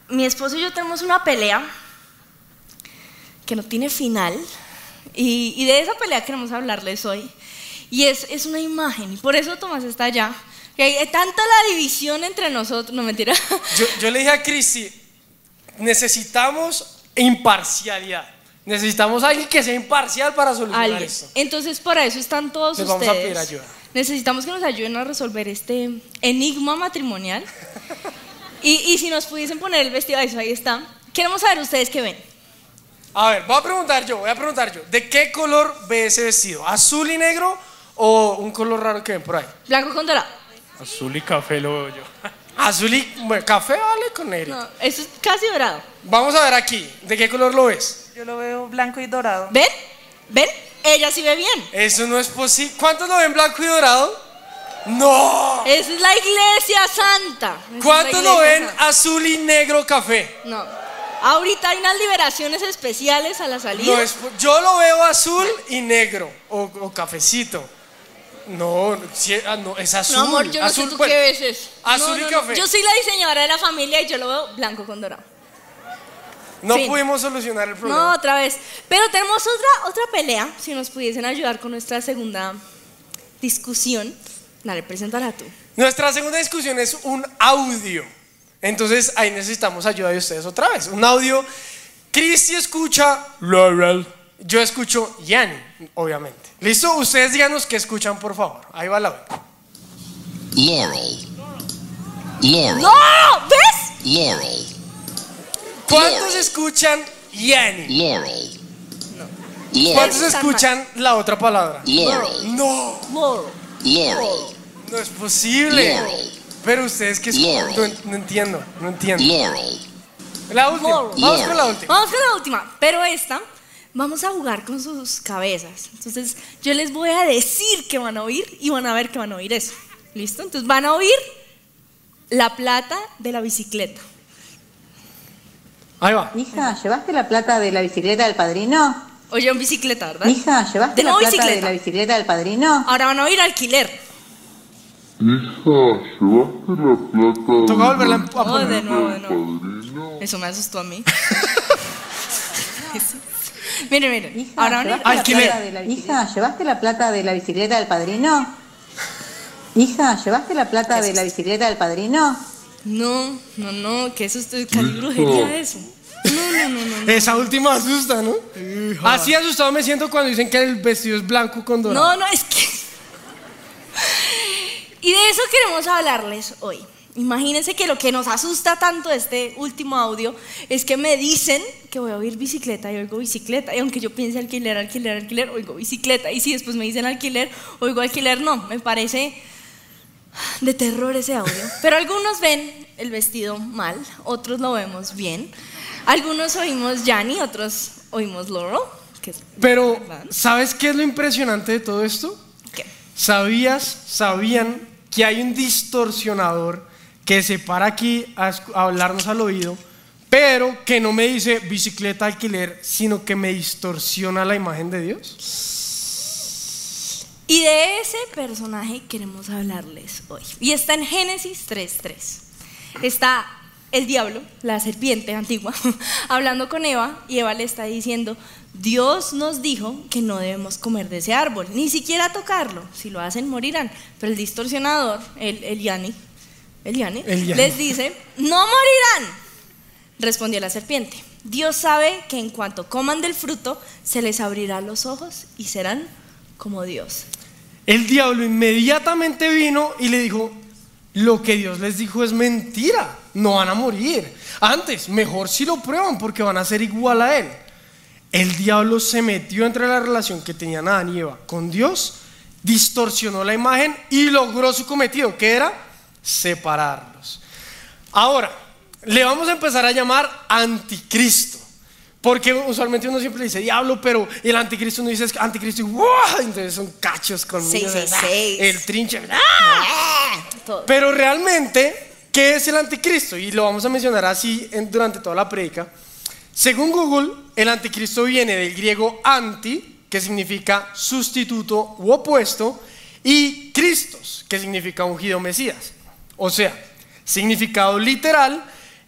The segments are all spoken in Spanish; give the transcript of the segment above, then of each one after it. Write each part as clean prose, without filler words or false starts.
mi esposo y yo tenemos una pelea que no tiene final y de esa pelea queremos hablarles hoy. Y es una imagen, y por eso Tomás está allá. Que hay tanta la división entre nosotros, no mentira. Yo le dije a Cristi, necesitamos imparcialidad. Necesitamos a alguien que sea imparcial para solucionar esto. Entonces para eso están todos Les ustedes. vamos a pedir ayuda. Necesitamos que nos ayuden a resolver este enigma matrimonial. Y si nos pudiesen poner el vestido, eso ahí está. Queremos saber ustedes qué ven. A ver, voy a preguntar yo. ¿De qué color ve ese vestido? ¿Azul y negro o un color raro que ven por ahí? Blanco con dorado. Azul y café lo veo yo. Azul y café, vale, con negro. No, eso es casi dorado. Vamos a ver aquí, ¿de qué color lo ves? Yo lo veo blanco y dorado. ¿Ven? ¿Ven? Ella sí ve bien. Eso no es posible. ¿Cuántos lo ven blanco y dorado? ¡No! Esa es la iglesia santa. ¿Cuántos lo ven azul y negro café? No. Ahorita hay unas liberaciones especiales a la salida. Yo lo veo azul y negro o cafecito. No, no, es azul. No, amor, yo no azul, sé tú qué ves eso. Azul y café. Yo soy la diseñadora de la familia y yo lo veo blanco con dorado. No Fin. pudimos solucionar el problema. No, otra vez. Pero tenemos otra pelea. Si nos pudiesen ayudar con nuestra segunda discusión. Dale, preséntala tú. Nuestra segunda discusión es un audio. Entonces ahí necesitamos ayuda de ustedes otra vez. Un audio. Cristi escucha Laurel. Yo escucho Yanni, obviamente. ¿Listo? Ustedes díganos qué escuchan, por favor. Ahí va el audio. Laurel. Laurel. ¡No! ¿Ves? Laurel. ¿Cuántos Laurel. escuchan Yanni? Laurel. ¿Cuántos Laurel. escuchan la otra palabra? Laurel. No, Laurel. no es posible. Laurel. Pero ustedes que escuchan, Laurel. no entiendo. Laurel. La última, Laurel. vamos con la última. Vamos con la última. Pero esta, vamos a jugar con sus cabezas. Entonces, yo les voy a decir que van a oír y van a ver que van a oír eso. ¿Listo? Entonces, van a oír la plata de la bicicleta. Ahí va. Hija, ¿llevaste la plata de la bicicleta del padrino? Oyeron bicicleta, ¿verdad? Hija, ¿llevaste De la nuevo plata bicicleta. de la bicicleta del padrino? Ahora van a oír alquiler. Hija, ¿llevaste la plata Toca volverla a No, poner. de nuevo, de nuevo. padrino? Eso me asustó a mí. Miren. Hija, Ahora van a oír ¿llevaste la alquiler. plata de la bicicleta? Hija, ¿llevaste la plata de la bicicleta del padrino? Hija, ¿llevaste la plata de la bicicleta del padrino? No, que eso es casi brujería eso. No. Esa última asusta, ¿no? Así asustado me siento cuando dicen que el vestido es blanco con dorado. No, es que... Y de eso queremos hablarles hoy. Imagínense que lo que nos asusta tanto de este último audio es que me dicen que voy a oír bicicleta y oigo bicicleta. Y aunque yo piense alquiler, oigo bicicleta. Y si después me dicen alquiler, oigo alquiler, no. Me parece de terror ese audio. Pero algunos ven el vestido mal, otros lo vemos bien. Algunos oímos Yanni, otros oímos Laurel. Pero, ¿sabes qué es lo impresionante de todo esto? ¿Qué? ¿Sabían que hay un distorsionador que se para aquí a hablarnos al oído, pero que no me dice bicicleta alquiler, sino que me distorsiona la imagen de Dios? Y de ese personaje queremos hablarles hoy. Y está en Génesis 3:3. Está el diablo, la serpiente antigua, hablando con Eva, y Eva le está diciendo: Dios nos dijo que no debemos comer de ese árbol, ni siquiera tocarlo. Si lo hacen, morirán. Pero el distorsionador, el Yanni, les dice: no morirán. Respondió la serpiente: Dios sabe que en cuanto coman del fruto, se les abrirán los ojos y serán como Dios. El diablo inmediatamente vino y le dijo: lo que Dios les dijo es mentira, no van a morir. Antes, mejor si lo prueban porque van a ser igual a él. El diablo se metió entre la relación que tenían Adán y Eva con Dios, distorsionó la imagen y logró su cometido, que era separarlos. Ahora, le vamos a empezar a llamar anticristo, porque usualmente uno siempre dice diablo, pero el anticristo no dice anticristo y ¡wow! Entonces son cachos conmigo, 666. el trinche, Todo. pero realmente, ¿qué es el anticristo? Y lo vamos a mencionar así durante toda la prédica. Según Google, el anticristo viene del griego anti, que significa sustituto u opuesto, y Christos, que significa ungido Mesías. O sea, significado literal,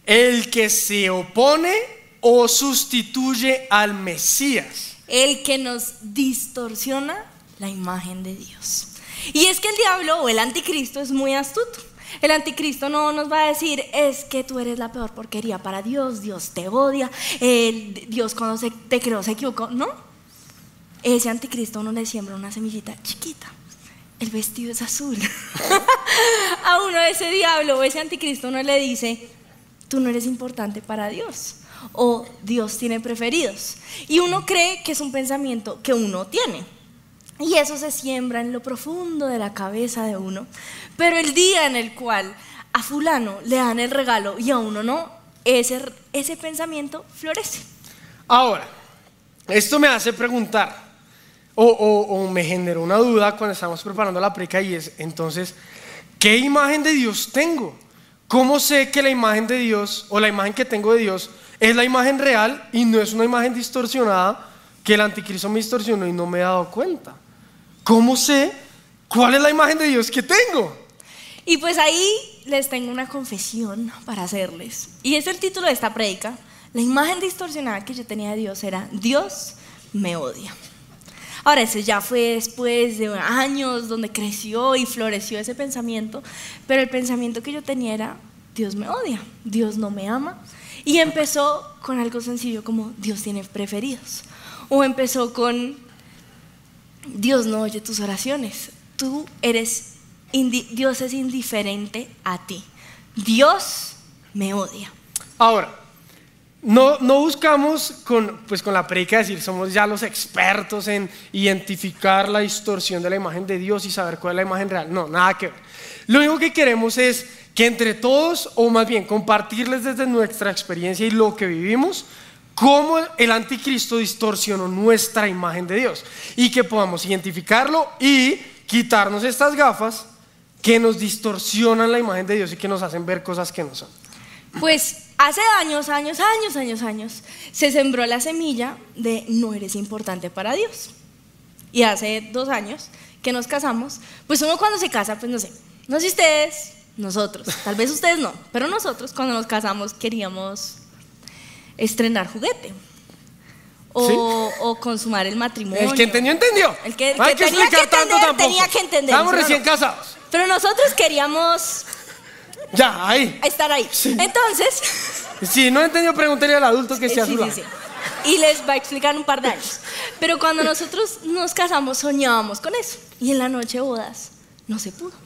El que se opone o sustituye al Mesías. El que nos distorsiona la imagen de Dios. Y es que el diablo o el anticristo es muy astuto. El anticristo no nos va a decir, es que tú eres la peor porquería para Dios, Dios te odia, Dios cuando te creó se equivocó. No, ese anticristo uno le siembra una semillita chiquita. El vestido es azul. A uno ese diablo o ese anticristo uno le dice, tú no eres importante para Dios, o Dios tiene preferidos. Y uno cree que es un pensamiento que uno tiene. Y eso se siembra en lo profundo de la cabeza de uno. Pero el día en el cual a fulano le dan el regalo y a uno no, ese pensamiento florece. Ahora, esto me hace preguntar, o me generó una duda cuando estábamos preparando la prédica, y es, entonces, ¿qué imagen de Dios tengo? ¿Cómo sé que la imagen de Dios, o la imagen que tengo de Dios, es la imagen real y no es una imagen distorsionada que el anticristo me distorsionó y no me he dado cuenta? ¿Cómo sé cuál es la imagen de Dios que tengo? Y pues ahí les tengo una confesión para hacerles. Y es el título de esta prédica. La imagen distorsionada que yo tenía de Dios era Dios me odia. Ahora, eso ya fue después de años donde creció y floreció ese pensamiento. Pero el pensamiento que yo tenía era Dios me odia, Dios no me ama. Y empezó con algo sencillo como Dios tiene preferidos. O empezó con Dios no oye tus oraciones. Dios es indiferente a ti. Dios me odia. Ahora, no buscamos con la prédica decir somos ya los expertos en identificar la distorsión de la imagen de Dios y saber cuál es la imagen real. No, nada que ver. Lo único que queremos es que entre todos, o más bien compartirles desde nuestra experiencia y lo que vivimos, cómo el anticristo distorsionó nuestra imagen de Dios y que podamos identificarlo y quitarnos estas gafas que nos distorsionan la imagen de Dios y que nos hacen ver cosas que no son. Pues hace años se sembró la semilla de no eres importante para Dios. Y hace 2 años que nos casamos, pues uno cuando se casa, pues no sé si ustedes, nosotros, tal vez ustedes no, pero nosotros cuando nos casamos queríamos estrenar juguete o consumar el matrimonio. El que entendió, entendió. El que no hay que tenía explicar que tanto entender, tampoco. tenía que entender. Estamos recién casados. Pero nosotros queríamos ya, ahí. estar ahí. Sí. Entonces, si no entendió, pregúntele al adulto que esté a su lado. sí. Y les va a explicar en un par de años. Pero cuando nosotros nos casamos soñábamos con eso. Y en la noche de bodas no se pudo.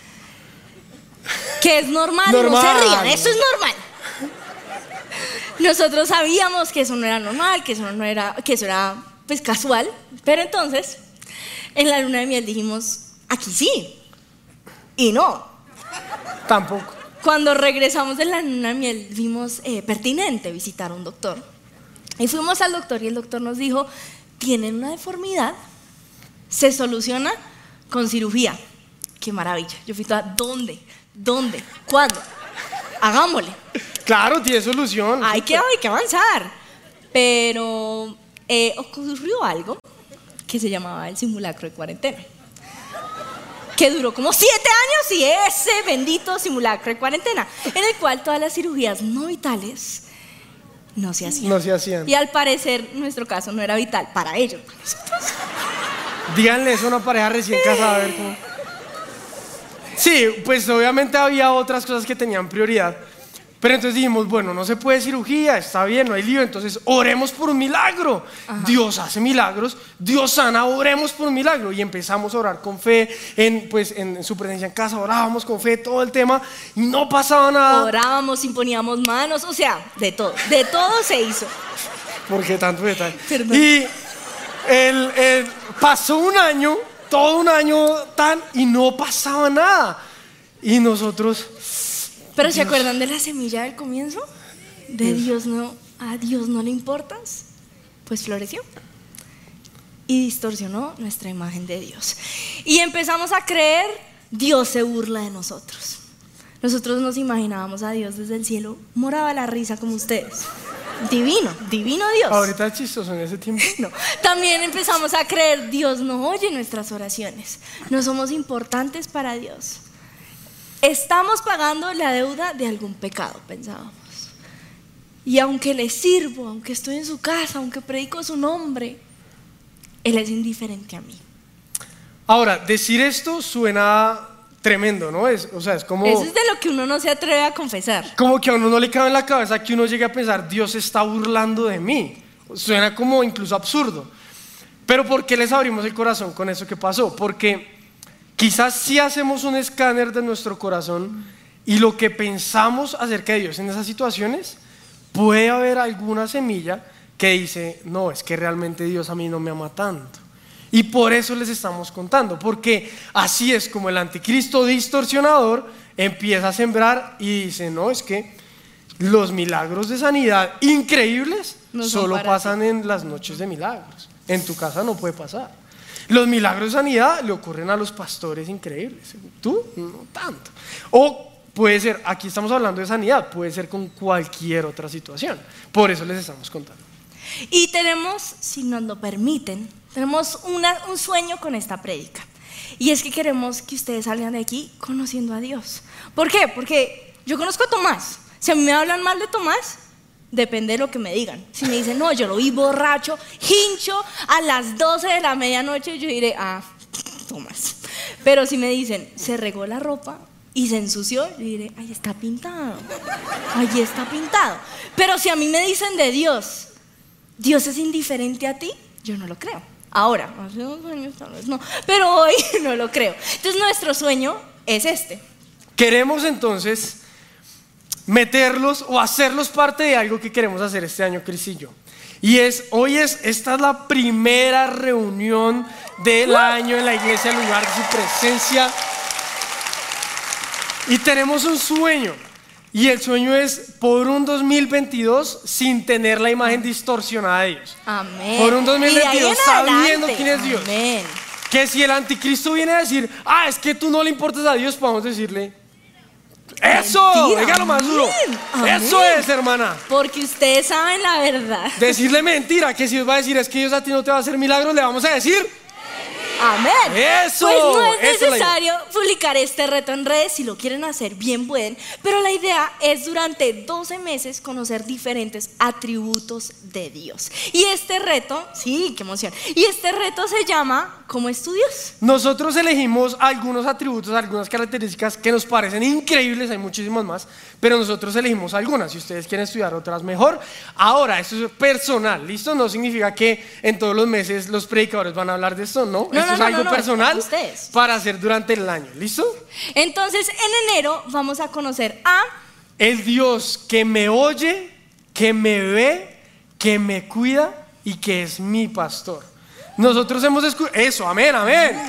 Que es normal, no se rían, eso es normal. Nosotros sabíamos que eso no era normal, que eso era pues casual. Pero entonces, en la luna de miel dijimos, aquí sí. Y no. Tampoco. Cuando regresamos de la luna de miel vimos pertinente visitar a un doctor. Y fuimos al doctor y el doctor nos dijo, tienen una deformidad, se soluciona con cirugía. Qué maravilla. Yo fui toda, ¿dónde? ¿Cuándo? Hagámosle. Claro, tiene solución. Hay que avanzar. Pero ocurrió algo que se llamaba el simulacro de cuarentena, que duró como 7 años, y ese bendito simulacro de cuarentena, en el cual todas las cirugías no vitales no se hacían. Y al parecer nuestro caso no era vital para ellos, para nosotros. Díganle eso a una pareja recién casada, a ver cómo. Sí, pues obviamente había otras cosas que tenían prioridad. Pero entonces dijimos, bueno, no se puede cirugía, está bien, no hay lío, entonces oremos por un milagro. Ajá. Dios hace milagros, Dios sana, oremos por un milagro. Y empezamos a orar con fe, en su presencia en casa, orábamos con fe, todo el tema, y no pasaba nada. Orábamos, imponíamos manos, o sea, de todo se hizo. ¿Por qué tanto detalle? Perdón. Y pasó un año, todo un año y no pasaba nada. Y nosotros... ¿Pero se acuerdan de la semilla del comienzo? De a Dios no le importas. Pues floreció y distorsionó nuestra imagen de Dios. Y empezamos a creer, Dios se burla de nosotros. Nosotros nos imaginábamos a Dios desde el cielo, moraba la risa como ustedes. Divino Dios. Ahorita es chistoso en ese tiempo. No. También empezamos a creer, Dios no oye nuestras oraciones. No somos importantes para Dios. Estamos pagando la deuda de algún pecado, pensábamos. Y aunque le sirvo, aunque estoy en su casa, aunque predico su nombre, Él es indiferente a mí. Ahora, decir esto suena tremendo, ¿no? Es como... Eso es de lo que uno no se atreve a confesar. Como que a uno no le cabe en la cabeza que uno llegue a pensar, Dios se está burlando de mí. Suena como incluso absurdo. Pero ¿por qué les abrimos el corazón con eso que pasó? Porque quizás sí hacemos un escáner de nuestro corazón y lo que pensamos acerca de Dios en esas situaciones, puede haber alguna semilla que dice, no, es que realmente Dios a mí no me ama tanto. Y por eso les estamos contando, porque así es como el anticristo distorsionador empieza a sembrar y dice, no, es que los milagros de sanidad increíbles no solo pasan en las noches de milagros. En tu casa no puede pasar. Los milagros de sanidad le ocurren a los pastores increíbles. Tú, no tanto. O puede ser, aquí estamos hablando de sanidad, puede ser con cualquier otra situación. Por eso les estamos contando. Y tenemos, si nos lo permiten, tenemos un sueño con esta prédica. Y es que queremos que ustedes salgan de aquí conociendo a Dios. ¿Por qué? Porque yo conozco a Tomás. Si a mí me hablan mal de Tomás, depende de lo que me digan. Si me dicen, no, yo lo vi borracho, hincho a las 12 de la medianoche, yo diré, Tomás. Pero si me dicen, se regó la ropa y se ensució, yo diré, ahí está pintado. Ahí está pintado. Pero si a mí me dicen de Dios, Dios es indiferente a ti, yo no lo creo. Ahora, hace 2 años tal vez no, pero hoy no lo creo. Entonces nuestro sueño es este. Queremos entonces meterlos o hacerlos parte de algo que queremos hacer este año, Cris y yo. Y esta es la primera reunión del año en la iglesia, en lugar de su presencia. Y tenemos un sueño. Y el sueño es por un 2022 sin tener la imagen distorsionada de Dios. Amén. Por un 2022 sabiendo adelante. quién es Dios. Amén. Que si el anticristo viene a decir, es que tú no le importas a Dios, podemos decirle, ¡eso! Mentira. Dígalo más duro. Amén. Eso es, hermana. Porque ustedes saben la verdad. Decirle mentira, que si Dios va a decir, es que Dios a ti no te va a hacer milagros, le vamos a decir, Amén. ¡eso! Pues no es Esa es la idea. necesario publicar este reto en redes. Si lo quieren hacer, bien pueden. Pero la idea es durante 12 meses conocer diferentes atributos de Dios. Y este reto, sí, qué emoción. Y este reto se llama ¿cómo es tu Dios? Nosotros elegimos algunos atributos, algunas características que nos parecen increíbles, hay muchísimas más, pero nosotros elegimos algunas. Si ustedes quieren estudiar otras, mejor. Ahora, esto es personal, ¿listo? No significa que en todos los meses los predicadores van a hablar de esto, ¿no? Esto es algo personal es para ustedes. para hacer durante el año, ¿listo? Entonces, en enero vamos a conocer a El Dios que me oye, que me ve, que me cuida y que es mi pastor. Nosotros hemos escuchado eso, amén, amén.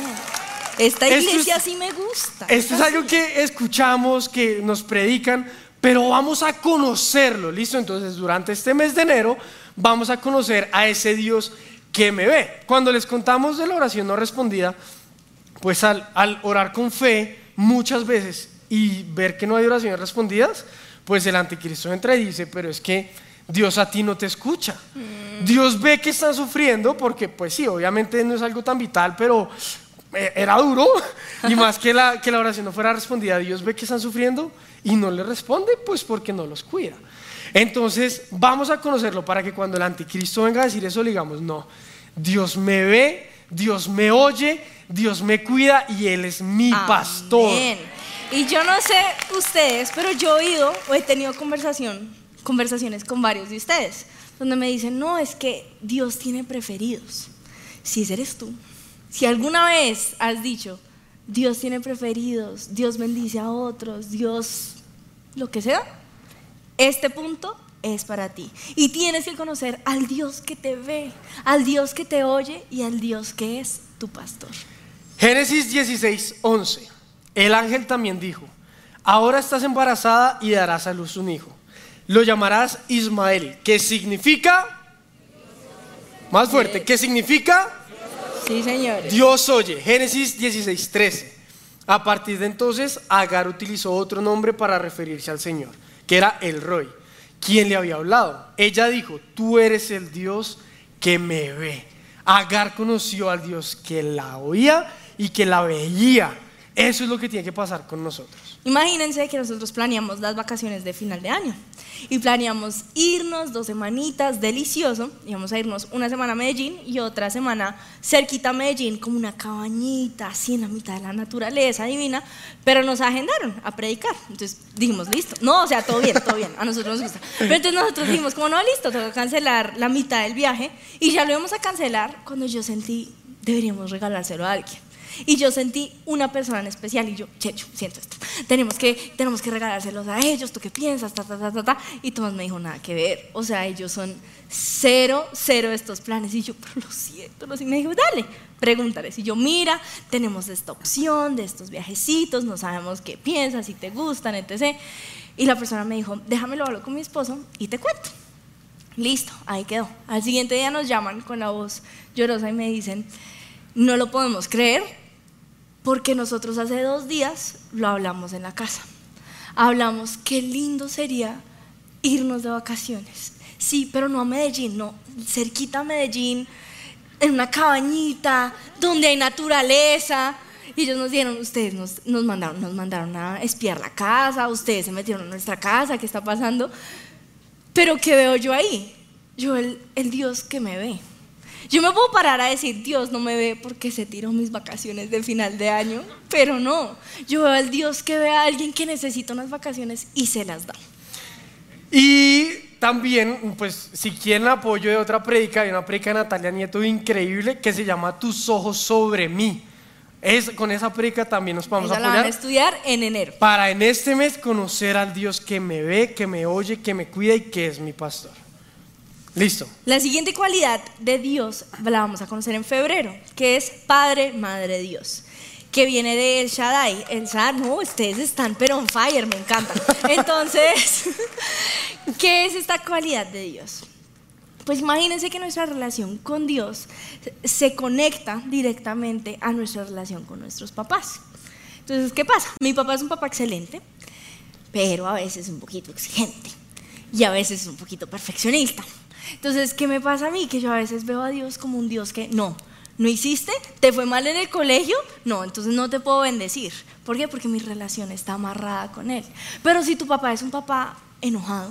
esta Esto iglesia, es- sí me gusta. Esto es algo que escuchamos, que nos predican, pero vamos a conocerlo, ¿listo? Entonces, durante este mes de enero vamos a conocer a ese Dios que me ve. Cuando les contamos de la oración no respondida, pues al orar con fe muchas veces y ver que no hay oraciones respondidas, pues el anticristo entra y dice, pero es que Dios a ti no te escucha. Dios ve que están sufriendo porque pues sí, obviamente no es algo tan vital, pero era duro. Y más que la oración no fuera respondida, Dios ve que están sufriendo y no le responde, pues porque no los cuida. Entonces vamos a conocerlo para que cuando el anticristo venga a decir eso, le digamos, no, Dios me ve, Dios me oye, Dios me cuida y Él es mi pastor. Amén. Y yo no sé ustedes, pero yo he oído o he tenido conversaciones con varios de ustedes, donde me dicen, no, es que Dios tiene preferidos. Si ese eres tú, si alguna vez has dicho, Dios tiene preferidos, Dios bendice a otros, Dios lo que sea, este punto es para ti. Y tienes que conocer al Dios que te ve, al Dios que te oye y al Dios que es tu pastor. Génesis 16:11. El ángel también dijo, ahora estás embarazada y darás a luz un hijo. Lo llamarás Ismael, que significa, más fuerte, ¿qué significa? Sí, señor. Dios oye. Génesis 16:13. A partir de entonces, Agar utilizó otro nombre para referirse al Señor, que era El Roy, quien le había hablado. Ella dijo, tú eres el Dios que me ve. Agar conoció al Dios que la oía y que la veía. Eso es lo que tiene que pasar con nosotros. Imagínense que nosotros planeamos las vacaciones de final de año y planeamos irnos 2 semanitas, delicioso. Íbamos a irnos una semana a Medellín y otra semana cerquita a Medellín, como una cabañita así en la mitad de la naturaleza divina, pero nos agendaron a predicar. Entonces dijimos, listo. No, o sea, todo bien, a nosotros nos gusta. Pero entonces nosotros dijimos, como no, listo, tengo que cancelar la mitad del viaje, y ya lo íbamos a cancelar cuando yo sentí, deberíamos regalárselo a alguien. Y yo sentí una persona en especial y yo, Checho, siento esto, tenemos que regalárselos a ellos, ¿tú qué piensas? Y Tomás me dijo, nada que ver, o sea, ellos son cero estos planes. Y yo, pero lo siento. Y me dijo, dale, pregúntales. Y yo, mira, tenemos esta opción de estos viajecitos, no sabemos qué piensas, si te gustan, etc. Y la persona me dijo, déjamelo hablo con mi esposo y te cuento. Listo, ahí quedó. Al siguiente día nos llaman con la voz llorosa y me dicen, no lo podemos creer, porque nosotros hace 2 días lo hablamos en la casa. Hablamos qué lindo sería irnos de vacaciones. Sí, pero no a Medellín, no, cerquita a Medellín, en una cabañita, donde hay naturaleza. Y ellos nos dijeron, ustedes nos mandaron a espiar la casa, ustedes se metieron en nuestra casa, ¿qué está pasando? Pero ¿qué veo yo ahí? Yo el Dios que me ve. Yo me puedo parar a decir, Dios no me ve porque se tiró mis vacaciones de final de año, pero no, yo veo al Dios que ve a alguien que necesita unas vacaciones y se las da. Y también, pues, si quieren apoyo de otra prédica, hay una prédica de Natalia Nieto increíble que se llama Tus ojos sobre mí. Con esa prédica también nos vamos a apoyar. La van a estudiar en enero. Para en este mes conocer al Dios que me ve, que me oye, que me cuida y que es mi pastor. Listo. La siguiente cualidad de Dios la vamos a conocer en febrero, que es Padre, Madre Dios, que viene de El Shaddai. El Shaddai, no, ustedes están pero on fire, me encanta. Entonces, ¿qué es esta cualidad de Dios? Pues imagínense que nuestra relación con Dios se conecta directamente a nuestra relación con nuestros papás. Entonces, ¿qué pasa? Mi papá es un papá excelente, pero a veces un poquito exigente y a veces un poquito perfeccionista. Entonces, ¿qué me pasa a mí? Que yo a veces veo a Dios como un Dios que no hiciste, te fue mal en el colegio, no, entonces no te puedo bendecir. ¿Por qué? Porque mi relación está amarrada con Él. Pero si tu papá es un papá enojado,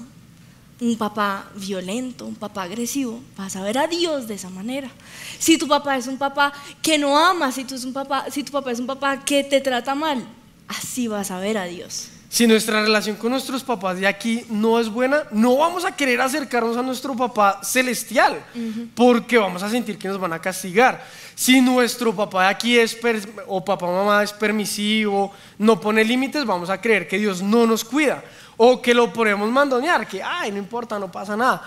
un papá violento, un papá agresivo, vas a ver a Dios de esa manera. Si tu papá es un papá que no ama, si tu papá es un papá que te trata mal, así vas a ver a Dios. Si nuestra relación con nuestros papás de aquí no es buena, no vamos a querer acercarnos a nuestro papá celestial, porque vamos a sentir que nos van a castigar. Si nuestro papá de aquí o papá o mamá es permisivo, no pone límites, vamos a creer que Dios no nos cuida, o que lo podemos mandonear, que no importa, no pasa nada.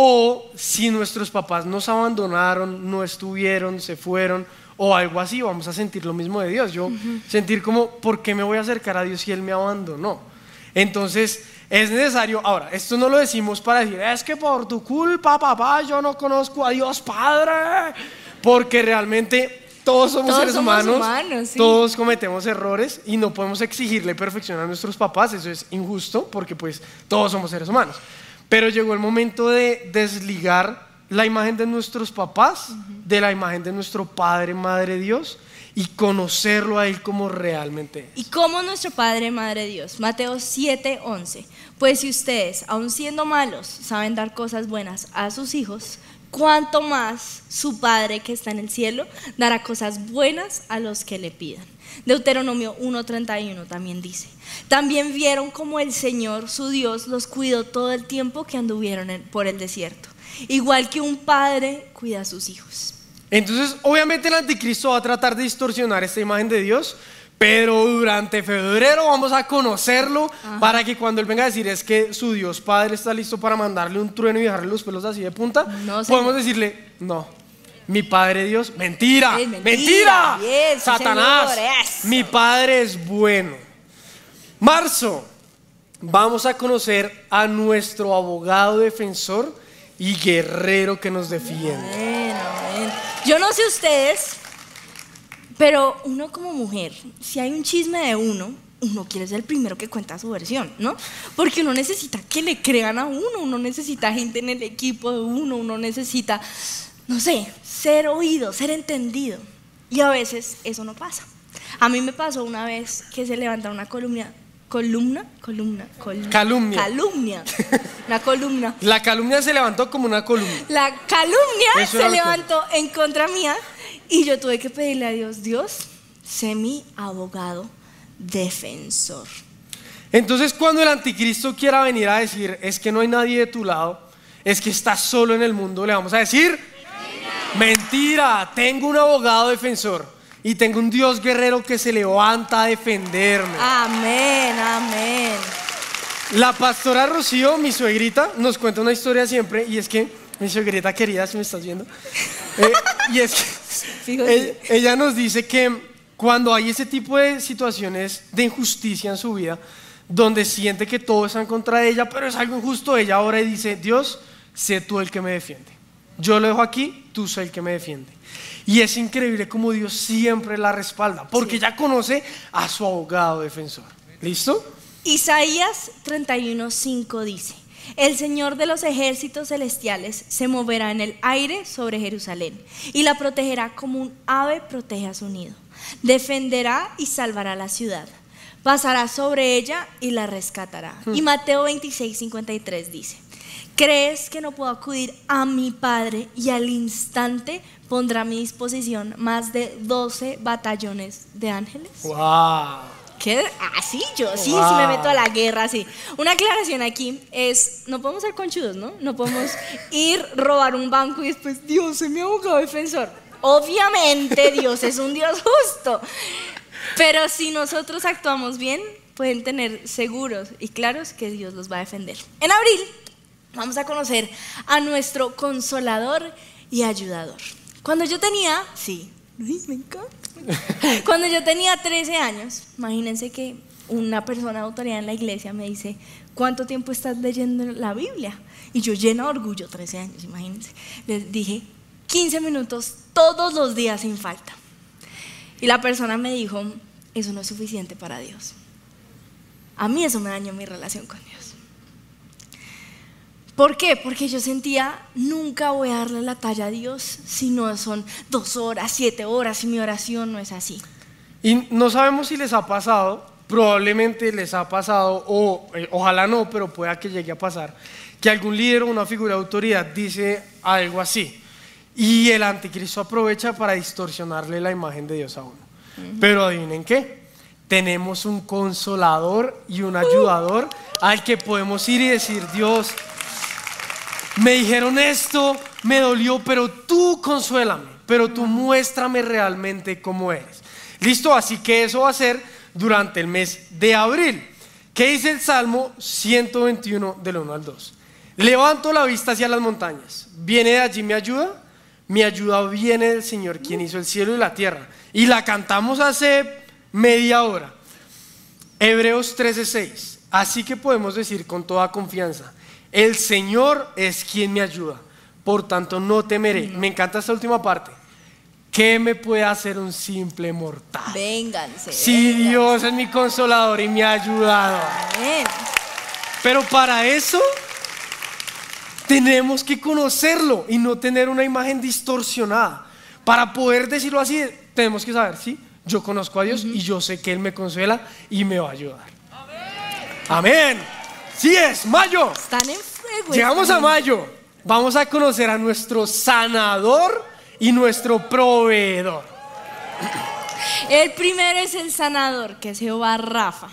O si nuestros papás nos abandonaron, no estuvieron, se fueron o algo así, vamos a sentir lo mismo de Dios. Sentir como, ¿por qué me voy a acercar a Dios si Él me abandonó? Entonces es necesario. Ahora, esto no lo decimos para decir, es que por tu culpa, papá, yo no conozco a Dios Padre, porque realmente todos somos seres humanos, sí. Todos cometemos errores y no podemos exigirle perfección a nuestros papás. Eso es injusto, porque pues todos somos seres humanos. Pero llegó el momento de desligar la imagen de nuestros papás de la imagen de nuestro Padre, Madre Dios, y conocerlo a Él como realmente es. ¿Y cómo nuestro Padre, Madre Dios? Mateo 7:11. Pues si ustedes, aun siendo malos, saben dar cosas buenas a sus hijos, cuánto más su Padre que está en el cielo dará cosas buenas a los que le pidan. Deuteronomio 1:31 también dice: también vieron cómo el Señor, su Dios, los cuidó todo el tiempo que anduvieron por el desierto, igual que un padre cuida a sus hijos. Entonces, obviamente el anticristo va a tratar de distorsionar esta imagen de Dios, pero durante febrero vamos a conocerlo. Para que cuando Él venga a decir es que su Dios Padre está listo para mandarle un trueno y dejarle los pelos así de punta, podemos decirle, no, mi Padre Dios, mentira, mentira, yes, Satanás, señor, mi Padre es bueno. Marzo, vamos a conocer a nuestro abogado defensor y guerrero que nos defiende. Yo no sé ustedes, pero uno como mujer, si hay un chisme de uno quiere ser el primero que cuenta su versión, ¿no? Porque uno necesita que le crean a uno necesita gente en el equipo de uno necesita, no sé, ser oído, ser entendido. Y a veces eso no pasa. A mí me pasó una vez que se levantó una Calumnia. Una columna. La calumnia se levantó como una columna. La calumnia Eso era se lo que- levantó en contra mía y yo tuve que pedirle a Dios, Dios, sé mi abogado defensor. Entonces, cuando el anticristo quiera venir a decir, es que no hay nadie de tu lado, es que estás solo en el mundo, le vamos a decir, mentira, tengo un abogado defensor y tengo un Dios guerrero que se levanta a defenderme. Amén, amén. La pastora Rocío, mi suegrita, nos cuenta una historia siempre, y es que, mi suegrita querida, si me estás viendo, y es que Fíjate. ella nos dice que cuando hay ese tipo de situaciones de injusticia en su vida, donde siente que todo está en contra de ella, pero es algo injusto, ella ahora y dice, Dios, sé tú el que me defiende. Yo lo dejo aquí, tú sé el que me defiende. Y es increíble como Dios siempre la respalda, porque ella conoce a su abogado defensor. ¿Listo? Isaías 31:5 dice, el Señor de los ejércitos celestiales se moverá en el aire sobre Jerusalén y la protegerá como un ave protege a su nido. Defenderá y salvará la ciudad. Pasará sobre ella y la rescatará. Y Mateo 26:53 dice, ¿crees que no puedo acudir a mi Padre y al instante pondrá a mi disposición más de 12 batallones de ángeles? ¡Wow! ¿Qué? Así yo, sí Wow. me meto a la guerra, sí. Una aclaración aquí es, no podemos ser conchudos, ¿no? No podemos ir, robar un banco y después, Dios es mi abogado defensor. Obviamente Dios es un Dios justo, pero si nosotros actuamos bien, pueden tener seguros y claros que Dios los va a defender. En abril vamos a conocer a nuestro consolador y ayudador. Cuando yo tenía, me encanta. Cuando yo tenía 13 años, imagínense que una persona de autoridad en la iglesia me dice, ¿cuánto tiempo estás leyendo la Biblia? Y yo llena de orgullo, 13 años, imagínense. Les dije, 15 minutos todos los días sin falta. Y la persona me dijo, eso no es suficiente para Dios. A mí eso me dañó mi relación con Dios. ¿Por qué? Porque yo sentía, nunca voy a darle la talla a Dios si no son 2 horas, 7 horas y mi oración no es así. Y no sabemos si les ha pasado, probablemente les ha pasado, o ojalá no, pero pueda que llegue a pasar, que algún líder o una figura de autoridad dice algo así, y el anticristo aprovecha para distorsionarle la imagen de Dios a uno. Pero adivinen qué, tenemos un consolador y un ayudador al que podemos ir y decir, Dios, me dijeron esto, me dolió, pero tú consuélame, pero tú muéstrame realmente cómo eres. ¿Listo? Así que eso va a ser durante el mes de abril. ¿Qué dice el Salmo 121 del 1 al 2? Levanto la vista hacia las montañas. ¿Viene de allí mi ayuda? Mi ayuda viene del Señor, quien hizo el cielo y la tierra. Y la cantamos hace media hora. Hebreos 13:6. Así que podemos decir con toda confianza, el Señor es quien me ayuda, por tanto no temeré. Me encanta esta última parte. ¿Qué me puede hacer un simple mortal? Vénganse. Si Dios es mi consolador y me ha ayudado. Amén. Pero para eso tenemos que conocerlo y no tener una imagen distorsionada. Para poder decirlo así, tenemos que saber, sí, yo conozco a Dios y yo sé que Él me consuela y me va a ayudar. Amén. Sí es, mayo. Están en fuego. Llegamos a mayo. Vamos a conocer a nuestro sanador y nuestro proveedor. El primero es el sanador, que es Jehová Rafa.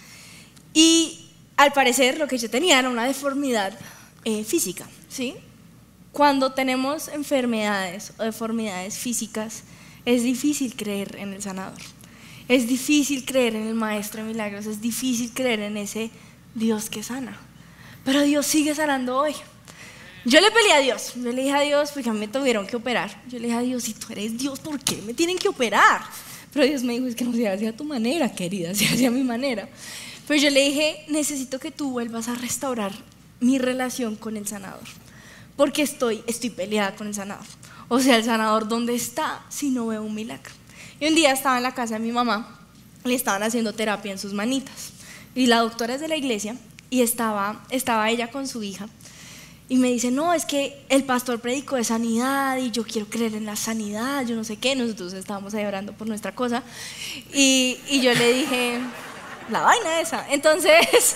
Y al parecer lo que yo tenía era una deformidad física, ¿sí? Cuando tenemos enfermedades o deformidades físicas, es difícil creer en el sanador. Es difícil creer en el maestro de milagros. Es difícil creer en ese Dios que sana. Pero Dios sigue sanando hoy. Yo le peleé a Dios. Yo le dije a Dios, porque a mí me tuvieron que operar. Yo le dije a Dios, si tú eres Dios, ¿por qué me tienen que operar? Pero Dios me dijo, es que no se hace a tu manera, querida, se hace a mi manera. Pero yo le dije, necesito que tú vuelvas a restaurar mi relación con el sanador. Porque estoy peleada con el sanador. O sea, el sanador, ¿dónde está si no veo un milagro? Y un día estaba en la casa de mi mamá, le estaban haciendo terapia en sus manitas. Y la doctora es de la iglesia y estaba ella con su hija. Y me dice, no, es que el pastor predicó de sanidad y yo quiero creer en la sanidad, yo no sé qué. Nosotros estábamos ahí orando por nuestra cosa. Y yo le dije, la vaina esa. Entonces,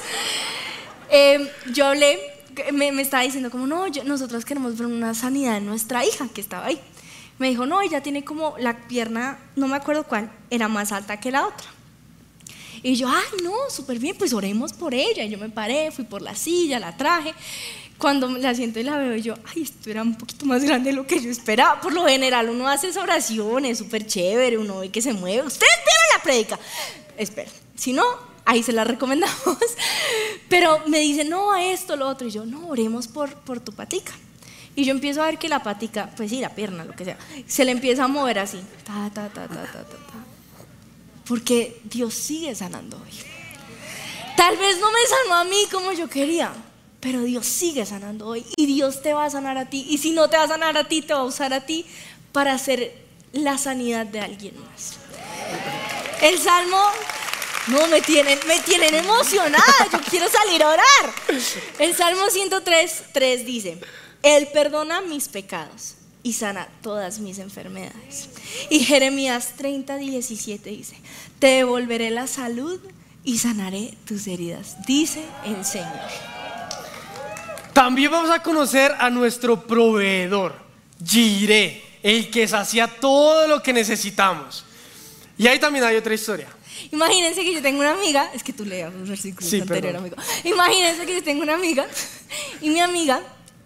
yo hablé, me estaba diciendo como, no, nosotros queremos ver una sanidad en nuestra hija que estaba ahí. Me dijo, no, ella tiene como la pierna, no me acuerdo cuál, era más alta que la otra. Y yo, ay, no, súper bien, pues oremos por ella. Y yo me paré, fui por la silla, la traje. Cuando la siento y la veo, yo, ay, esto era un poquito más grande de lo que yo esperaba. Por lo general, uno hace esas oraciones, súper chévere, uno ve que se mueve. Ustedes vieron la prédica. Espera, si no, ahí se la recomendamos. Pero me dice, no, a esto, lo otro. Y yo, no, oremos por tu patica. Y yo empiezo a ver que la patica, pues sí, la pierna, lo que sea, se le empieza a mover así. Ta, ta, ta, ta, ta, ta, ta. Porque Dios sigue sanando hoy. Tal vez no me sanó a mí como yo quería, pero Dios sigue sanando hoy. Y Dios te va a sanar a ti. Y si no te va a sanar a ti, te va a usar a ti para hacer la sanidad de alguien más. El Salmo, no, me tienen emocionada. Yo quiero salir a orar. El Salmo 103:3 dice: Él perdona mis pecados y sana todas mis enfermedades. Y Jeremías 30:17 dice: te devolveré la salud y sanaré tus heridas, dice el Señor. También vamos a conocer a nuestro proveedor, Jireh, el que sacia todo lo que necesitamos. Y ahí también hay otra historia. Imagínense que yo tengo una amiga, es que tú leas un versículo anterior, amigo. Imagínense que yo tengo una amiga y mi amiga,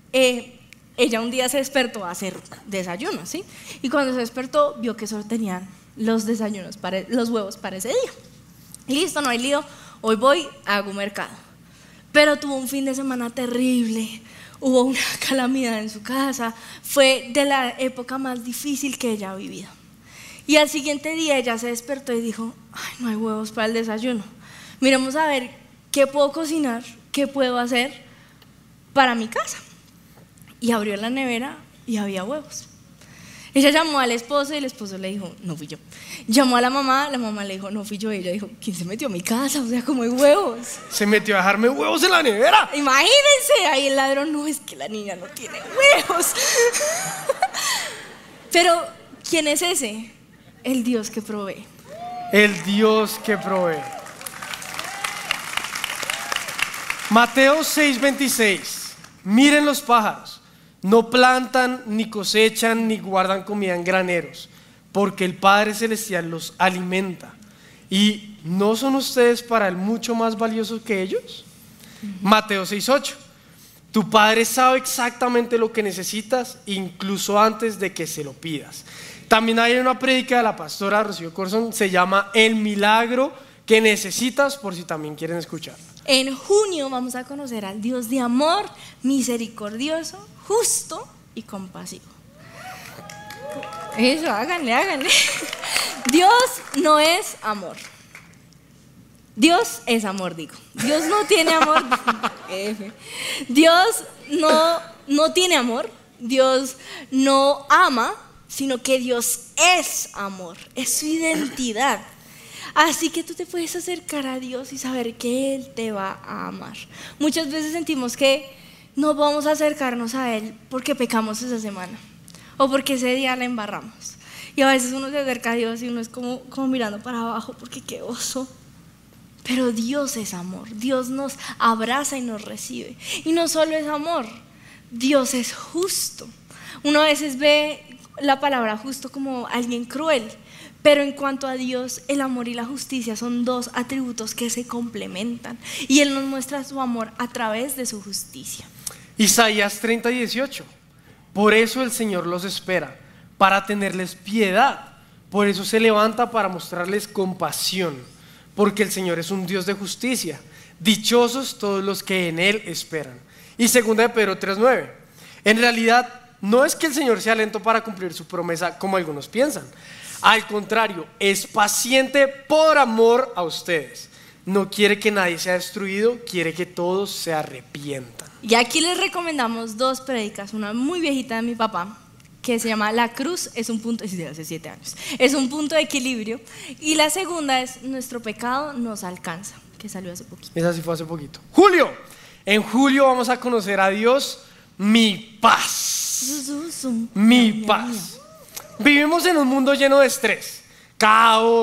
ella un día se despertó a hacer desayuno, ¿sí? Y cuando se despertó vio que solo tenían los desayunos, los huevos para ese día. Listo, no hay lío, hoy voy, hago mercado. Pero tuvo un fin de semana terrible, hubo una calamidad en su casa, fue de la época más difícil que ella ha vivido. Y al siguiente día ella se despertó y dijo: ay, no hay huevos para el desayuno. Miremos a ver qué puedo cocinar, qué puedo hacer para mi casa. Y abrió la nevera y había huevos. Ella llamó al esposo y el esposo le dijo: no fui yo. Llamó a la mamá le dijo: no fui yo. Y ella dijo: ¿quién se metió a mi casa? O sea, ¿cómo hay huevos? Se metió a dejarme huevos en la nevera. Imagínense, ahí el ladrón: no, es que la niña no tiene huevos. Pero, ¿quién es ese? El Dios que provee. El Dios que provee. Mateo 6:26. Miren los pájaros. No plantan, ni cosechan, ni guardan comida en graneros, porque el Padre Celestial los alimenta. ¿Y no son ustedes para Él mucho más valiosos que ellos? Mateo 6:8. Tu Padre sabe exactamente lo que necesitas, incluso antes de que se lo pidas. También hay una prédica de la pastora Rocío Corzón, se llama El milagro que necesitas, por si también quieren escucharla. En junio vamos a conocer al Dios de amor, misericordioso, justo y compasivo. Eso, háganle. Dios no es amor. Dios es amor, digo. Dios no tiene amor. Dios no tiene amor. Dios no ama, sino que Dios es amor. Es su identidad. Así que tú te puedes acercar a Dios y saber que Él te va a amar. Muchas veces sentimos que no vamos a acercarnos a Él porque pecamos esa semana o porque ese día la embarramos. Y a veces uno se acerca a Dios y uno es como mirando para abajo porque qué oso. Pero Dios es amor. Dios nos abraza y nos recibe. Y no solo es amor, Dios es justo. Uno a veces ve la palabra justo como alguien cruel. Pero en cuanto a Dios, el amor y la justicia son dos atributos que se complementan. Y Él nos muestra su amor a través de su justicia. Isaías 30:18. Por eso el Señor los espera, para tenerles piedad. Por eso se levanta para mostrarles compasión. Porque el Señor es un Dios de justicia. Dichosos todos los que en Él esperan. Y 2 de Pedro 3:9. En realidad, no es que el Señor sea lento para cumplir su promesa como algunos piensan. Al contrario, es paciente por amor a ustedes. No quiere que nadie sea destruido, quiere que todos se arrepientan. Y aquí les recomendamos dos prédicas, una muy viejita de mi papá, que se llama La cruz es un punto, es de hace 7 años, es un punto de equilibrio. Y la segunda es Nuestro pecado nos alcanza, que salió hace poquito. Esa sí fue hace poquito. Julio. En julio vamos a conocer a Dios, mi paz. Mi paz. Vivimos en un mundo lleno de estrés, caos,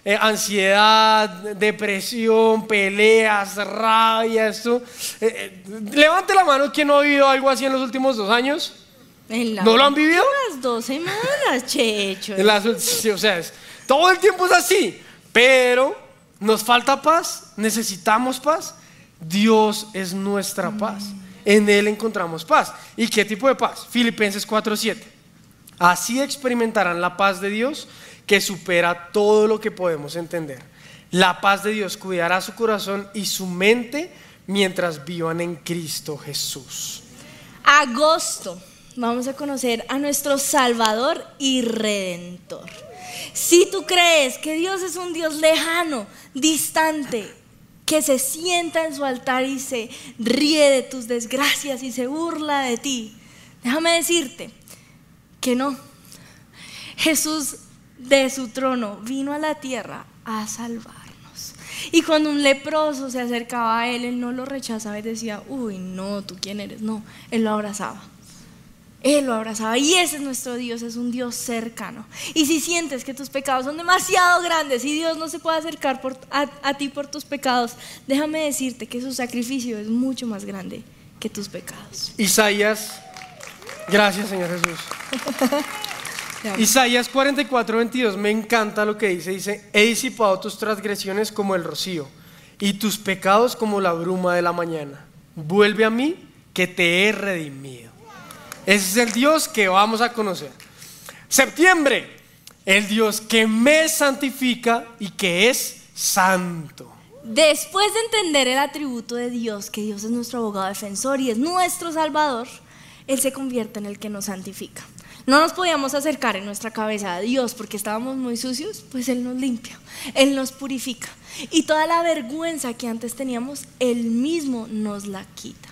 ansiedad, depresión, peleas, rabia, esto. Levante la mano quien no ha vivido algo así en los últimos 2 años. ¿No lo han vivido? Las 2 semanas, Checho. Sí, o sea, todo el tiempo es así, pero nos falta paz, necesitamos paz. Dios es nuestra paz, en Él encontramos paz. ¿Y qué tipo de paz? Filipenses 4:7. Así experimentarán la paz de Dios que supera todo lo que podemos entender. La paz de Dios cuidará su corazón y su mente mientras vivan en Cristo Jesús. Agosto. Vamos a conocer a nuestro Salvador y Redentor. Si tú crees que Dios es un Dios lejano, distante, que se sienta en su altar y se ríe de tus desgracias y se burla de ti, déjame decirte que no. Jesús de su trono vino a la tierra a salvarnos. Y cuando un leproso se acercaba a él no lo rechazaba y decía, uy, no, ¿tú quién eres? No, él lo abrazaba. Él lo abrazaba y ese es nuestro Dios, es un Dios cercano. Y si sientes que tus pecados son demasiado grandes y Dios no se puede acercar a ti por tus pecados, déjame decirte que su sacrificio es mucho más grande que tus pecados. Isaías, gracias Señor Jesús. Isaías 44:22, me encanta lo que dice, he disipado tus transgresiones como el rocío y tus pecados como la bruma de la mañana. Vuelve a mí que te he redimido. Ese es el Dios que vamos a conocer. Septiembre, el Dios que me santifica y que es santo. Después de entender el atributo de Dios, que Dios es nuestro abogado defensor y es nuestro Salvador, Él se convierte en el que nos santifica. No nos podíamos acercar en nuestra cabeza a Dios porque estábamos muy sucios, pues Él nos limpia, Él nos purifica. Y toda la vergüenza que antes teníamos, Él mismo nos la quita.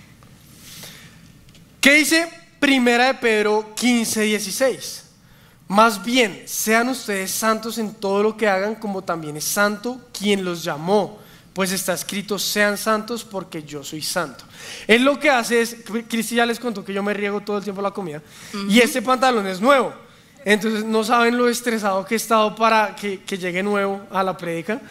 ¿Qué dice Primera de Pedro 15:16? Más bien, sean ustedes santos en todo lo que hagan, como también es santo quien los llamó, pues está escrito, sean santos porque yo soy santo. Él lo que hace es, Cristi ya les contó que yo me riego todo el tiempo la comida, y este pantalón es nuevo, entonces no saben lo estresado que he estado para que llegue nuevo a la prédica.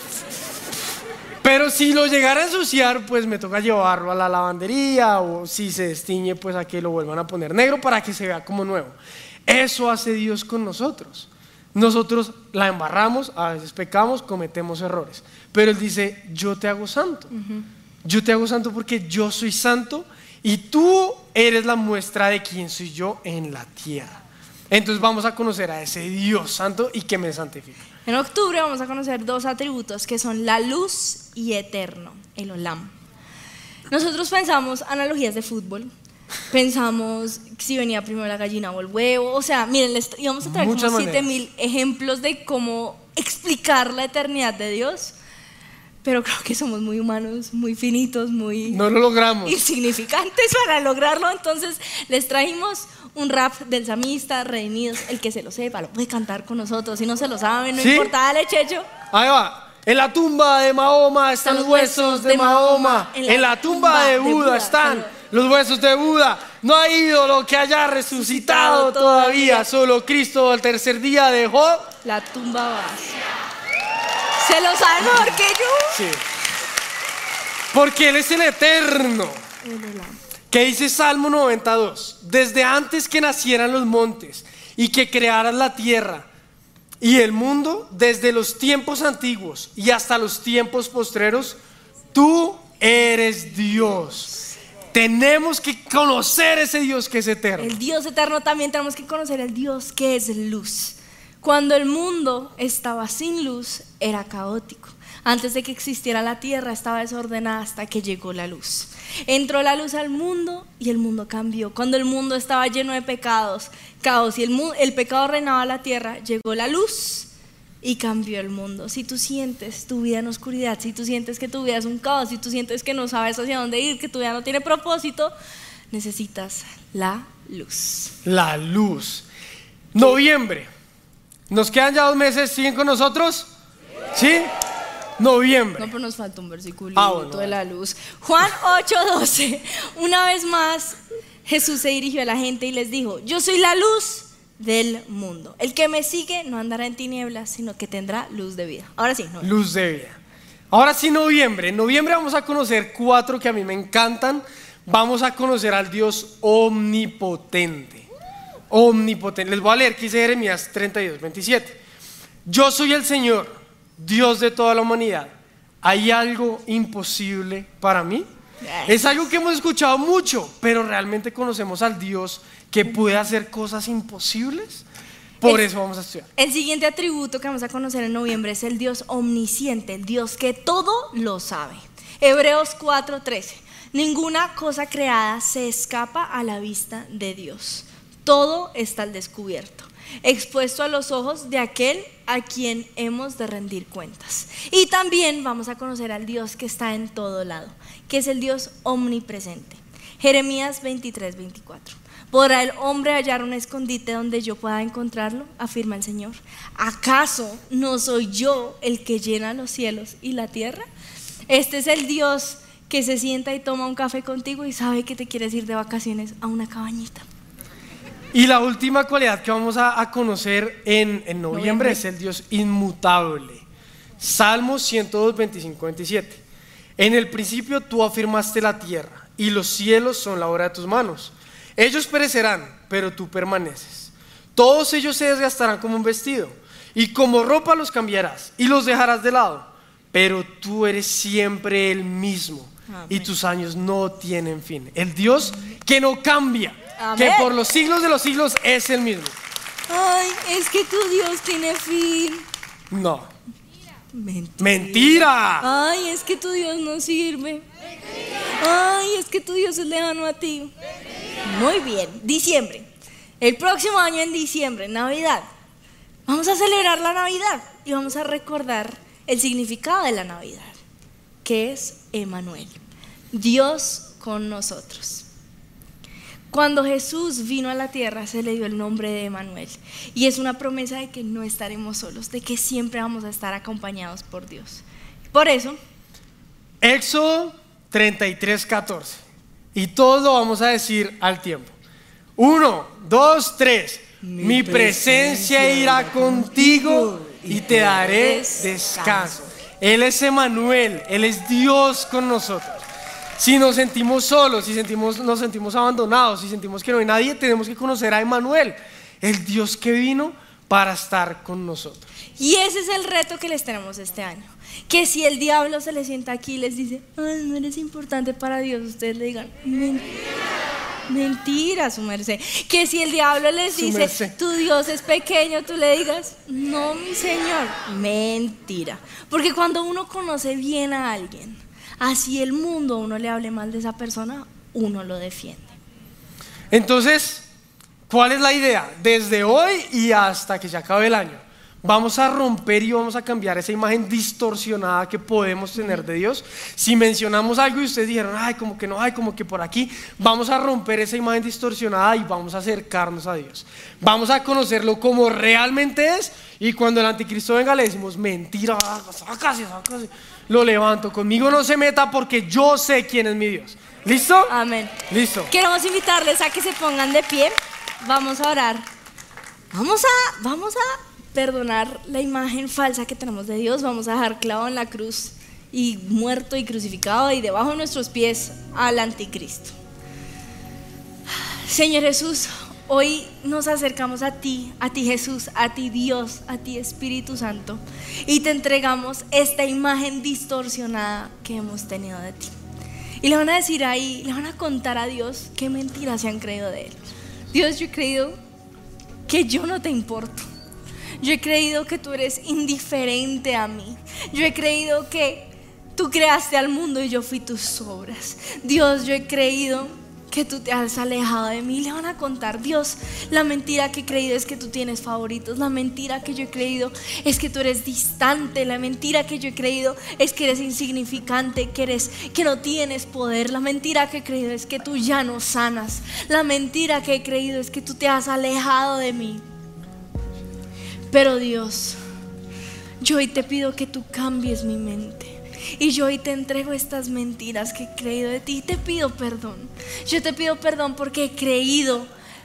Pero si lo llegara a ensuciar, pues me toca llevarlo a la lavandería, o si se destiñe, pues a que lo vuelvan a poner negro para que se vea como nuevo. Eso hace Dios con nosotros. Nosotros la embarramos, a veces pecamos, cometemos errores, pero Él dice, yo te hago santo. Yo te hago santo porque yo soy santo y tú eres la muestra de quién soy yo en la tierra. Entonces vamos a conocer a ese Dios santo y que me santifica. En octubre vamos a conocer 2 atributos que son la luz y eterno, el Olam. Nosotros pensamos analogías de fútbol, pensamos si venía primero la gallina o el huevo, o sea, miren, íbamos a traer como 7,000 ejemplos de cómo explicar la eternidad de Dios, pero creo que somos muy humanos, muy finitos, muy no lo logramos, insignificantes para lograrlo. Entonces les trajimos un rap del Samista, Redimidos. El que se lo sepa lo puede cantar con nosotros, si no se lo saben, no importa, dale, Checho. Ahí va. En la tumba de Mahoma están los huesos de Mahoma. En la tumba de Buda están los huesos de Buda. No hay ídolo que haya resucitado todavía. Solo Cristo al tercer día dejó la tumba vacía. ¿Se lo sabe mejor que yo? Sí. Porque Él es el eterno. ¿Qué dice Salmo 92? Desde antes que nacieran los montes y que crearas la tierra y el mundo, desde los tiempos antiguos y hasta los tiempos postreros, tú eres Dios. Tenemos que conocer ese Dios que es eterno. El Dios eterno, también tenemos que conocer el Dios que es luz. Cuando el mundo estaba sin luz, era caótico. Antes de que existiera la tierra, estaba desordenada hasta que llegó la luz. Entró la luz al mundo y el mundo cambió. Cuando el mundo estaba lleno de pecados, caos y el pecado reinaba la tierra, llegó la luz y cambió el mundo. Si tú sientes tu vida en oscuridad, si tú sientes que tu vida es un caos, si tú sientes que no sabes hacia dónde ir, que tu vida no tiene propósito, necesitas la luz. La luz. Noviembre. ¿Nos quedan ya 2 meses? ¿Siguen con nosotros? ¿Sí? Noviembre. No, pero nos falta un versículo de la luz. Juan 8:12. Una vez más, Jesús se dirigió a la gente y les dijo: yo soy la luz del mundo. El que me sigue no andará en tinieblas, sino que tendrá luz de vida. Ahora sí, no. Luz de vida. Ahora sí, noviembre. En noviembre vamos a conocer 4 que a mí me encantan. Vamos a conocer al Dios omnipotente. Omnipotente. Les voy a leer que dice Jeremías 32:27. Yo soy el Señor, Dios de toda la humanidad. ¿Hay algo imposible para mí? Es algo que hemos escuchado mucho, pero ¿realmente conocemos al Dios que puede hacer cosas imposibles? Por eso vamos a estudiar. El siguiente atributo que vamos a conocer en noviembre es el Dios omnisciente, el Dios que todo lo sabe. Hebreos 4:13. Ninguna cosa creada se escapa a la vista de Dios. Todo está al descubierto, expuesto a los ojos de aquel a quien hemos de rendir cuentas. Y también vamos a conocer al Dios que está en todo lado, que es el Dios omnipresente. Jeremías 23:24. ¿Podrá el hombre hallar un escondite donde yo pueda encontrarlo?, afirma el Señor. ¿Acaso no soy yo el que llena los cielos y la tierra? Este es el Dios que se sienta y toma un café contigo y sabe que te quieres ir de vacaciones a una cabañita. Y la última cualidad que vamos a conocer en noviembre es el Dios inmutable. Salmos 102:25-27. En el principio tú afirmaste la tierra y los cielos son la obra de tus manos. Ellos perecerán, pero tú permaneces. Todos ellos se desgastarán como un vestido y como ropa los cambiarás y los dejarás de lado. Pero tú eres siempre el mismo. Amén. Y tus años no tienen fin. El Dios que no cambia. Amén. Que por los siglos de los siglos es el mismo. Ay, es que tu Dios tiene fin. No. Mentira. Mentira. Ay, es que tu Dios no sirve. Ay, es que tu Dios es lejano a ti. Muy bien, diciembre. El próximo año en diciembre, Navidad. Vamos a celebrar la Navidad y vamos a recordar el significado de la Navidad, que es Emmanuel, Dios con nosotros. Cuando Jesús vino a la tierra se le dio el nombre de Emmanuel y es una promesa de que no estaremos solos, de que siempre vamos a estar acompañados por Dios. Por eso, Éxodo 33:14, y todos lo vamos a decir al tiempo. 1, 2, 3. Mi presencia irá contigo y te daré descanso. Él es Emmanuel, Él es Dios con nosotros. Si nos sentimos solos, si nos sentimos abandonados, si sentimos que no hay nadie, tenemos que conocer a Emmanuel, el Dios que vino para estar con nosotros. Y ese es el reto que les tenemos este año. Que si el diablo se le sienta aquí y les dice, ay, no eres importante para Dios, ustedes le digan, mentira, su merced. Que si el diablo les dice, tu Dios es pequeño, tú le digas, no, mi Señor, mentira. Porque cuando uno conoce bien a alguien, así el mundo a uno le hable mal de esa persona, uno lo defiende. Entonces, ¿cuál es la idea? Desde hoy y hasta que se acabe el año, vamos a romper y vamos a cambiar esa imagen distorsionada que podemos tener de Dios. Si mencionamos algo y ustedes dijeron, ay, como que no, ay, como que por aquí, vamos a romper esa imagen distorsionada y vamos a acercarnos a Dios. Vamos a conocerlo como realmente es, y cuando el anticristo venga le decimos, mentira, sácase. Lo levanto, conmigo no se meta porque yo sé quién es mi Dios. ¿Listo? Amén. Listo. Queremos invitarles a que se pongan de pie. Vamos a orar. Vamos a perdonar la imagen falsa que tenemos de Dios. Vamos a dejar clavado en la cruz y muerto y crucificado y debajo de nuestros pies al anticristo. Señor Jesús, hoy nos acercamos a ti Jesús, a ti Dios, a ti Espíritu Santo, y te entregamos esta imagen distorsionada que hemos tenido de ti. Y le van a decir ahí, le van a contar a Dios qué mentiras se han creído de Él. Dios, yo he creído que yo no te importo. Yo he creído que tú eres indiferente a mí. Yo he creído que tú creaste al mundo y yo fui tus obras. Dios, yo he creído que tú te has alejado de mí. Le van a contar, Dios, la mentira que he creído es que tú tienes favoritos. La mentira que yo he creído es que tú eres distante. La mentira que yo he creído es que eres insignificante, que no tienes poder. La mentira que he creído es que tú ya no sanas. La mentira que he creído es que tú te has alejado de mí. Pero Dios, yo hoy te pido que tú cambies mi mente. Y yo hoy te entrego estas mentiras que he creído de ti y te pido perdón. Yo te pido perdón porque he creído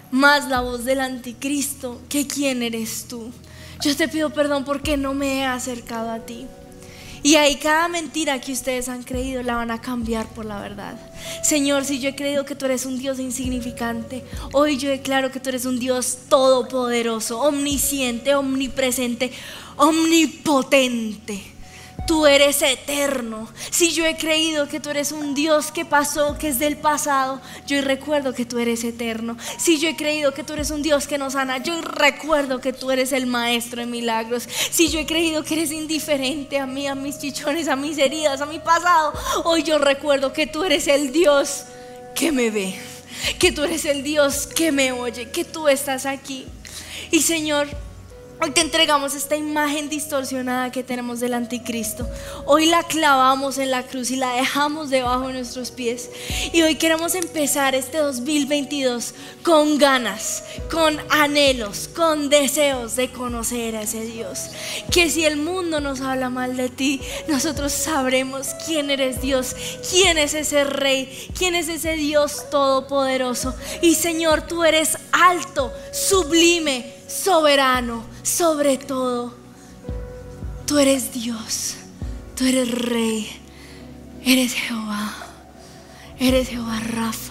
más la voz del anticristo que quién eres tú. Yo te pido perdón porque no me he acercado a ti. Y ahí cada mentira que ustedes han creído la van a cambiar por la verdad. Señor, si yo he creído que tú eres un Dios insignificante, hoy yo declaro que tú eres un Dios todopoderoso, omnisciente, omnipresente, omnipotente. Tú eres eterno. Si yo he creído que tú eres un Dios que pasó, que es del pasado, yo recuerdo que tú eres eterno. Si yo he creído que tú eres un Dios que nos sana, yo recuerdo que tú eres el maestro de milagros. Si yo he creído que eres indiferente a mí, a mis chichones, a mis heridas, a mi pasado, hoy yo recuerdo que tú eres el Dios que me ve, que tú eres el Dios que me oye, que tú estás aquí. Y Señor, hoy te entregamos esta imagen distorsionada que tenemos del anticristo. Hoy la clavamos en la cruz y la dejamos debajo de nuestros pies. Y hoy queremos empezar este 2022 con ganas, con anhelos, con deseos de conocer a ese Dios. Que si el mundo nos habla mal de ti, nosotros sabremos quién eres Dios, quién es ese Rey, quién es ese Dios todopoderoso. Y Señor, tú eres alto, sublime, soberano, sobre todo. Tú eres Dios, tú eres Rey, eres Jehová Rafa,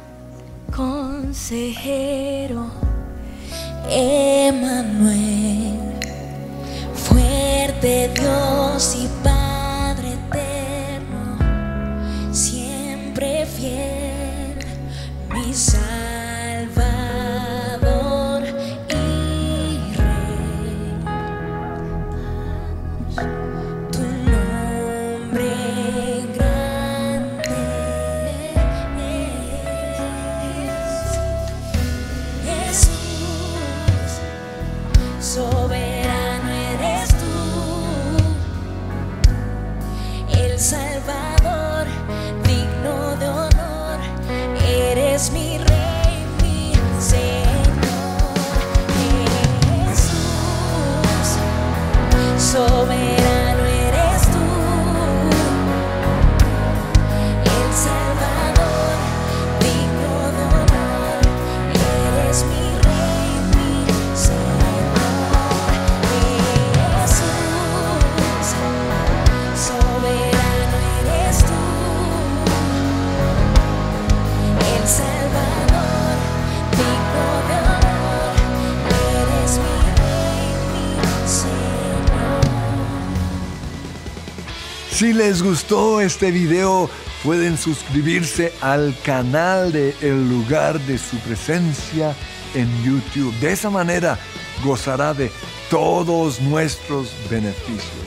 consejero, Emmanuel, fuerte Dios y Padre eterno, siempre fiel, mi Salvador y Rey. Tu nombre grande es Jesús, soberano eres tú, el Salvador, digno de honor, eres mi Rey, mi Señor. Jesús, soberano eres tú, el Salvador, digno de honor, eres mi Rey, mi Señor. Jesús, soberano eres tú, el Salvador, digno de honor, eres mi Rey, mi Señor. Si les gustó este video, pueden suscribirse al canal de El Lugar de Su Presencia en YouTube. De esa manera gozará de todos nuestros beneficios.